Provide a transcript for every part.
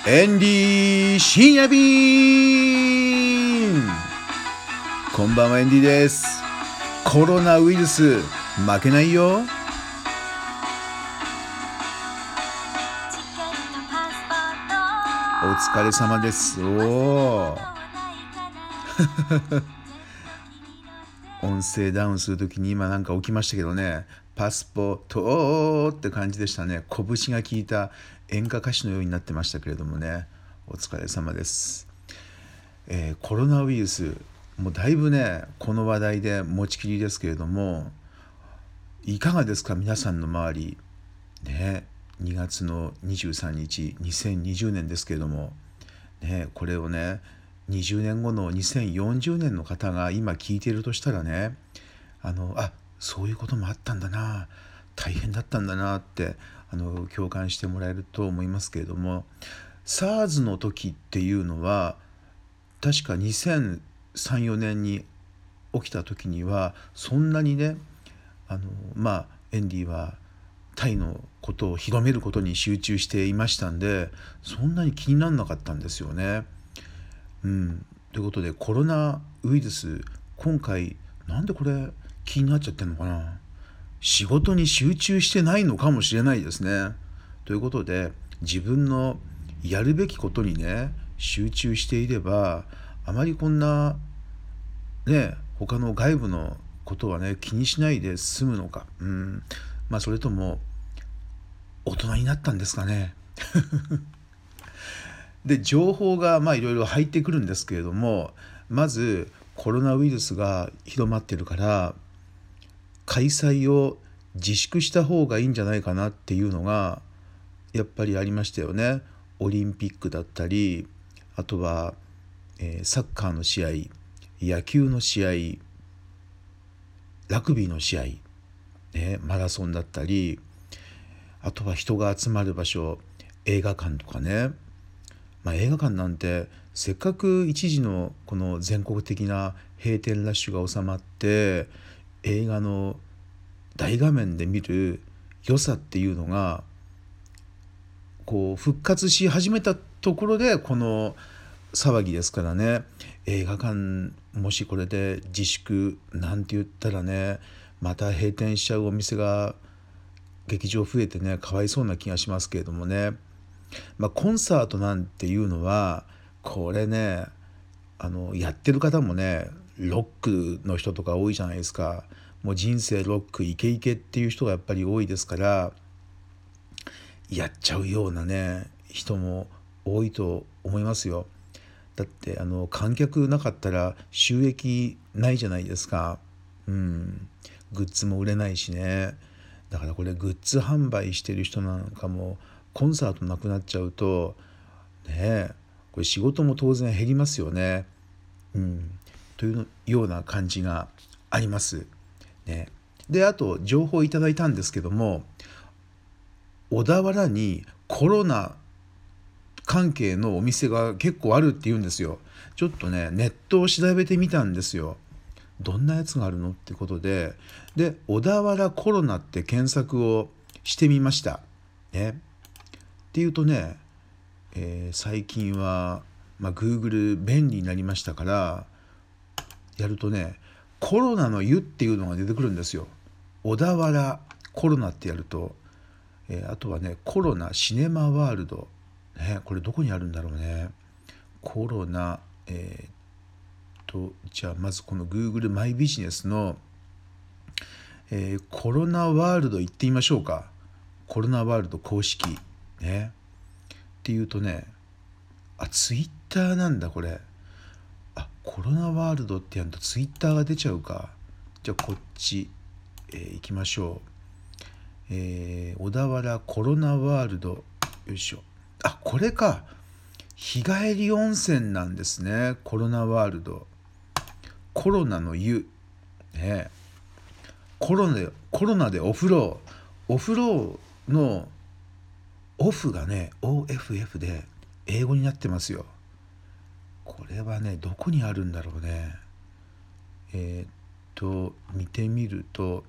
エンディ深夜便。こんばんは、エンディです。コロナウイルス負けないよ。お疲れ様です。音声ダウンするときに今なんか起きましたけどね、パスポトって感じでしたね。拳が効いた演歌歌手のようになってましたけれどもね、お疲れ様です。コロナウイルス、もうだいぶねこの話題で持ちきりですけれども、いかがですか皆さんの周りね。2月の23日2020年ですけれどもね、これをね20年後の2040年の方が今聞いているとしたらね、そういうこともあったんだな、大変だったんだなって共感してもらえると思いますけれども、 SARS の時っていうのは確か2003、4年に起きた時にはそんなにね、エンディはタイのことを広めることに集中していましたんで、そんなに気にならなかったんですよね。ということでコロナウイルス、今回なんでこれ気になっちゃってるのかな。仕事に集中してないのかもしれないですね。ということで自分のやるべきことにね集中していれば、あまりこんなね他の外部のことはね気にしないで済むのか、それとも大人になったんですかね。で情報がいろいろ入ってくるんですけれども、まずコロナウイルスが広まってるから開催を自粛した方がいいんじゃないかなっていうのがやっぱりありましたよね。オリンピックだったり、あとは、サッカーの試合、野球の試合、ラグビーの試合、マラソンだったり、あとは人が集まる場所、映画館とかね。映画館なんてせっかく一時のこの全国的な閉店ラッシュが収まって、映画の大画面で見る良さっていうのがこう復活し始めたところでこの騒ぎですからね。映画館もしこれで自粛なんて言ったらね、また閉店しちゃうお店が劇場増えてね、かわいそうな気がしますけれどもね。コンサートなんていうのはこれね、やってる方もねロックの人とか多いじゃないですか。もう人生ロックイケイケっていう人がやっぱり多いですから、やっちゃうようなね人も多いと思いますよ。だって観客なかったら収益ないじゃないですか。グッズも売れないしね。だからこれグッズ販売してる人なんかもコンサートなくなっちゃうとね、これ仕事も当然減りますよね。というような感じがありますね。であと情報いただいたんですけども、小田原にコロナ関係のお店が結構あるっていうんですよ。ちょっとねネットを調べてみたんですよ。どんなやつがあるのってことで、小田原コロナって検索をしてみましたね。っていうとね、最近は、Google 便利になりましたからやるとね、コロナの湯っていうのが出てくるんですよ。小田原コロナってやると、あとはねコロナシネマワールド、これどこにあるんだろうね。コロナじゃあまずこの Google マイビジネスの、コロナワールド行ってみましょうか。コロナワールド公式ねっていうとね、ツイッターなんだこれ。コロナワールドってやるとツイッターが出ちゃうか。じゃあこっち、行きましょう。小田原コロナワールド、よいしょ。これか、日帰り温泉なんですね。コロナワールド、コロナの湯ね。コロナでお風呂のオフがね OFF で英語になってますよ。これはねどこにあるんだろうね。見てみると、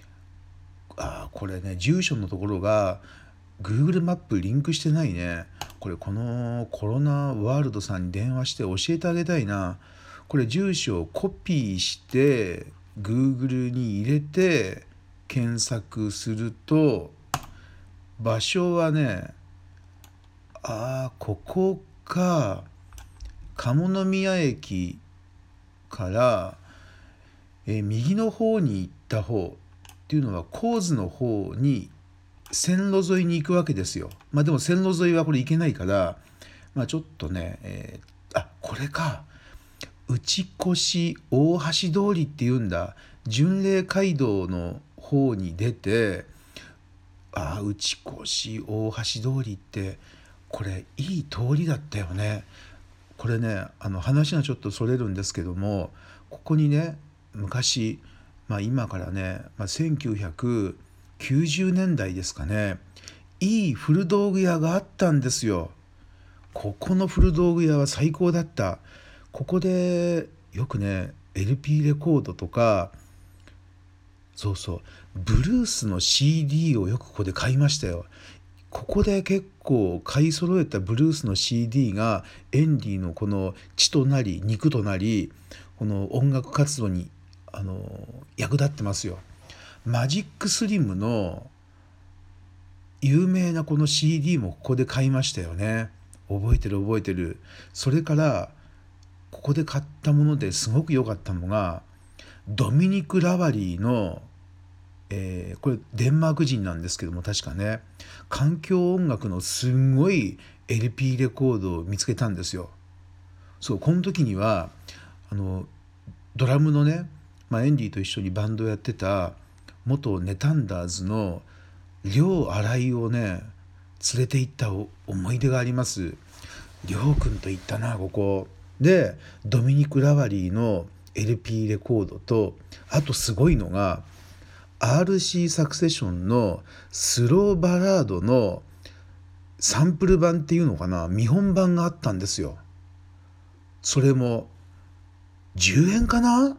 これね住所のところが Google マップリンクしてないね。 このコロナワールドさんに電話して教えてあげたいな。これ住所をコピーして Google に入れて検索すると、場所はね、ここか。鴨宮駅から、右の方に行った方っていうのは神津の方に線路沿いに行くわけですよ。でも線路沿いはこれ行けないから、ちょっとね、これか。内越大橋通りっていうんだ。巡礼街道の方に出て、内越大橋通りってこれいい通りだったよね。これね、話がちょっとそれるんですけども、ここにね、昔、今からね、1990年代ですかね、いい古道具屋があったんですよ。ここの古道具屋は最高だった。ここでよくね、LP レコードとか、ブルースの CD をよくここで買いましたよ。ここで結構買い揃えたブルースの CD がエンディのこの血となり肉となり、この音楽活動に役立ってますよ。マジックスリムの有名なこの CD もここで買いましたよね。覚えてる。それからここで買ったものですごく良かったのがドミニク・ラバリーの、これデンマーク人なんですけども、確かね、環境音楽のすんごい LP レコードを見つけたんですよ。この時にはドラムのね、エンディと一緒にバンドをやってた元ネタンダーズの亮新井をね連れて行った思い出があります。亮君と行ったな、ここで。ドミニク・ラバリーの LP レコードと、あとすごいのが RC サクセションのスローバラードのサンプル版っていうのかな、見本版があったんですよ。それも10円かな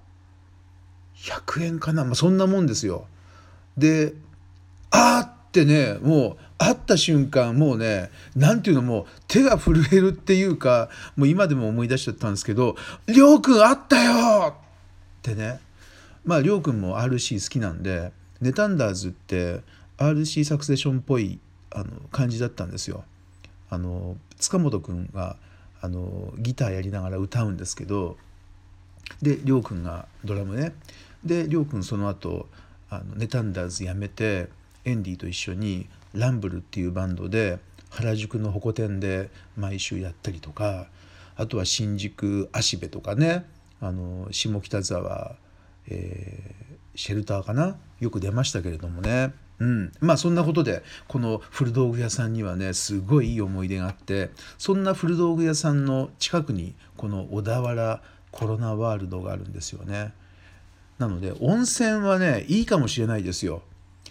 100円かな、そんなもんですよ。で、ってね、もう会った瞬間、もうね、なんていうの、もう手が震えるっていうか、もう今でも思い出しちゃったんですけど、りょうくん会ったよってね。りょうくんも RC 好きなんで、ネタンダーズって RC サクセションっぽい感じだったんですよ。塚本くんがギターやりながら歌うんですけど、でりょうくんがドラムね。でりょうくんその後ネタンダーズやめてエンディと一緒にランブルっていうバンドで原宿のホコ天で毎週やったりとか、あとは新宿芦部とかね、下北沢、シェルターかな、よく出ましたけれどもね。そんなことでこの古道具屋さんにはねすごいいい思い出があって、そんな古道具屋さんの近くにこの小田原コロナワールドがあるんですよね。なので温泉はねいいかもしれないですよ。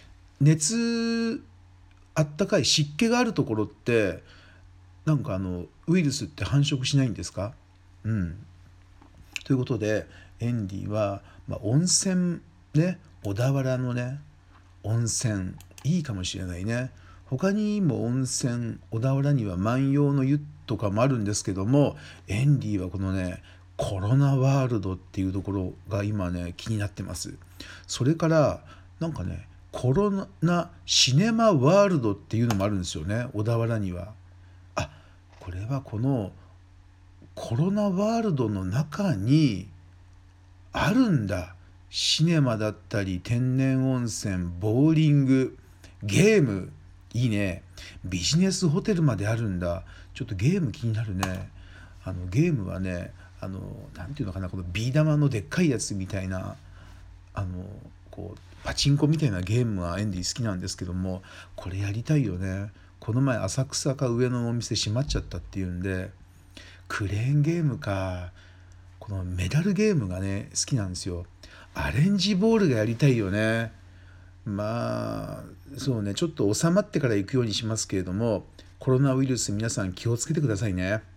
あったかい湿気があるところってなんかウイルスって繁殖しないんですか？ということでエンディは、温泉ね、小田原のね温泉いいかもしれないね。他にも温泉小田原には万葉の湯とかもあるんですけども、エンディはこのねコロナワールドっていうところが今ね気になってます。それからなんかねコロナシネマワールドっていうのもあるんですよね、小田原には。これはこのコロナワールドの中にあるんだ。シネマだったり天然温泉、ボーリング、ゲーム、いいね。ビジネスホテルまであるんだ。ちょっとゲーム気になるね。ゲームはねなんていうのかな、このビー玉のでっかいやつみたいなこうパチンコみたいなゲームはエンディ好きなんですけども、これやりたいよね。この前浅草か上野のお店閉まっちゃったっていうんで、クレーンゲームか、このメダルゲームがね好きなんですよ。アレンジボールがやりたいよね。そうね、ちょっと収まってから行くようにしますけれども、コロナウイルス皆さん気をつけてくださいね。